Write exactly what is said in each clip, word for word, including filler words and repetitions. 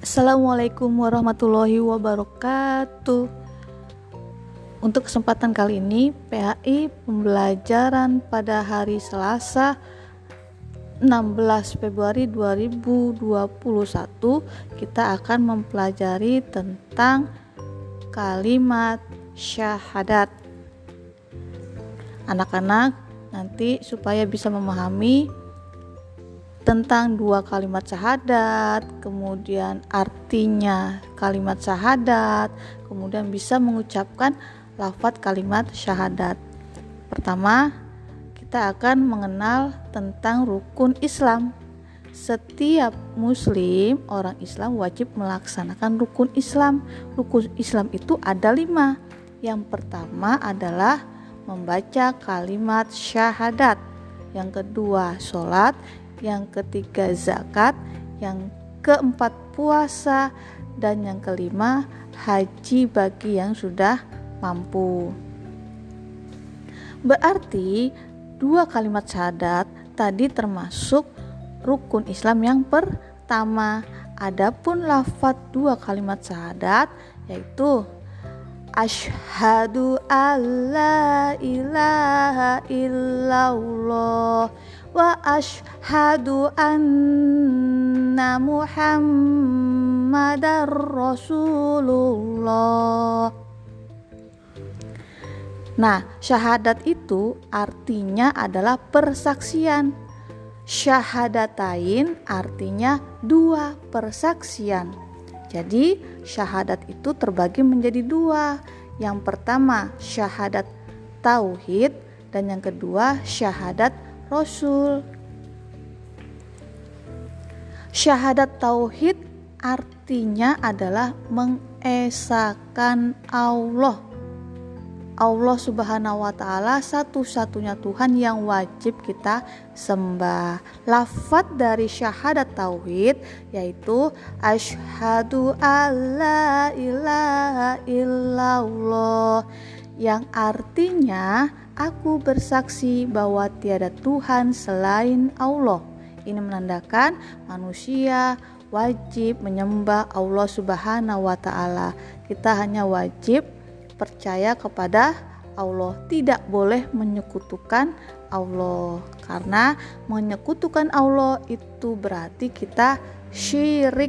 Assalamualaikum warahmatullahi wabarakatuh. Untuk kesempatan kali ini P H I pembelajaran pada hari Selasa enam belas Februari dua ribu dua puluh satu kita akan mempelajari tentang kalimat syahadat. Anak-anak nanti supaya bisa memahami tentang dua kalimat syahadat, kemudian artinya kalimat syahadat, kemudian bisa mengucapkan lafaz kalimat syahadat. Pertama, kita akan mengenal tentang rukun Islam. Setiap muslim, orang Islam wajib melaksanakan rukun Islam. Rukun Islam itu ada lima. Yang pertama adalah membaca kalimat syahadat. Yang kedua, sholat. Yang ketiga zakat, yang keempat puasa, dan yang kelima haji bagi yang sudah mampu. Berarti dua kalimat syahadat tadi termasuk rukun Islam yang pertama. Adapun lafaz dua kalimat syahadat yaitu asyhadu alla ilaha illallah wa asyhadu anna muhammadar rasulullah. Nah, syahadat itu artinya adalah persaksian. Syahadatain artinya dua persaksian. Jadi syahadat itu terbagi menjadi dua. Yang pertama syahadat tauhid dan yang kedua syahadat Rasul. Syahadat tauhid artinya adalah mengesahkan Allah. Allah Subhanahu wa taala satu-satunya Tuhan yang wajib kita sembah. Lafaz dari syahadat tauhid yaitu asyhadu alla ilaha illallah, yang artinya aku bersaksi bahwa tiada Tuhan selain Allah. Ini menandakan manusia wajib menyembah Allah Subhanahu wa taala. Kita hanya wajib percaya kepada Allah, tidak boleh menyekutukan Allah, karena menyekutukan Allah itu berarti kita syirik.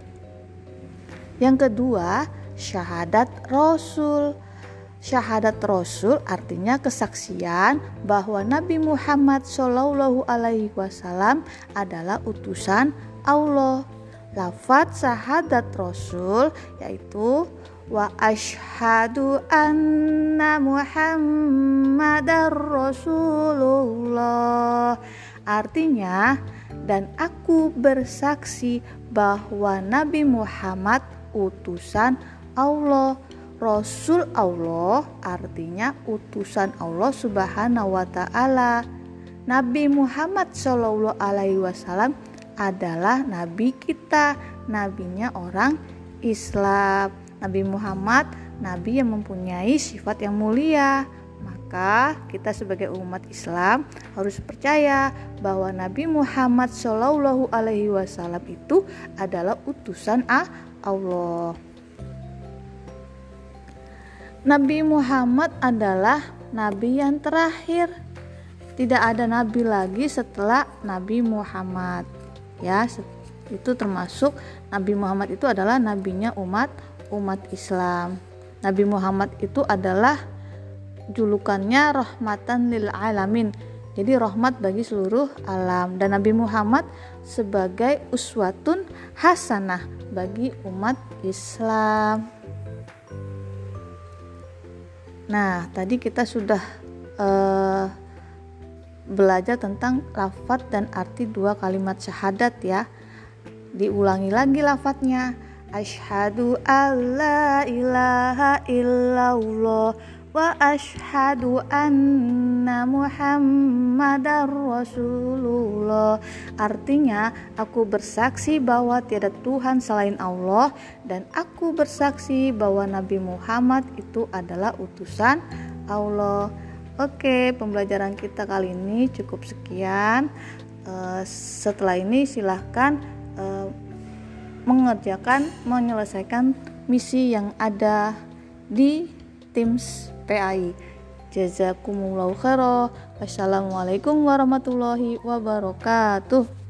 Yang kedua, syahadat Rasul. Syahadat Rasul artinya kesaksian bahwa Nabi Muhammad shallallahu alaihi wasallam adalah utusan Allah. Lafaz syahadat Rasul yaitu wa asyhadu anna muhammadar rasulullah, artinya dan aku bersaksi bahwa Nabi Muhammad utusan Allah. Rasul Allah artinya utusan Allah Subhanahu wa taala. Nabi Muhammad shallallahu alaihi wasallam adalah nabi kita, nabinya orang Islam. Nabi Muhammad nabi yang mempunyai sifat yang mulia. Maka kita sebagai umat Islam harus percaya bahwa Nabi Muhammad shallallahu alaihi wasallam itu adalah utusan Allah. Nabi Muhammad adalah nabi yang terakhir. Tidak ada nabi lagi setelah Nabi Muhammad. Ya, itu termasuk Nabi Muhammad itu adalah nabinya umat umat Islam. Nabi Muhammad itu adalah julukannya rahmatan lil alamin. Jadi rahmat bagi seluruh alam, dan Nabi Muhammad sebagai uswatun hasanah bagi umat Islam. Nah, tadi kita sudah uh, belajar tentang lafaz dan arti dua kalimat syahadat ya. Diulangi lagi lafaznya. Asyhadu alla ilaha illallah wa asyhadu anna muhammadar rasulullah. Artinya, aku bersaksi bahwa tiada Tuhan selain Allah, dan aku bersaksi bahwa Nabi Muhammad itu adalah utusan Allah. Oke, pembelajaran kita kali ini cukup sekian. Uh, setelah ini silahkan uh, mengerjakan menyelesaikan misi yang ada di tim P A I. Jazakumullahu khairan. Wassalamualaikum warahmatullahi wabarakatuh.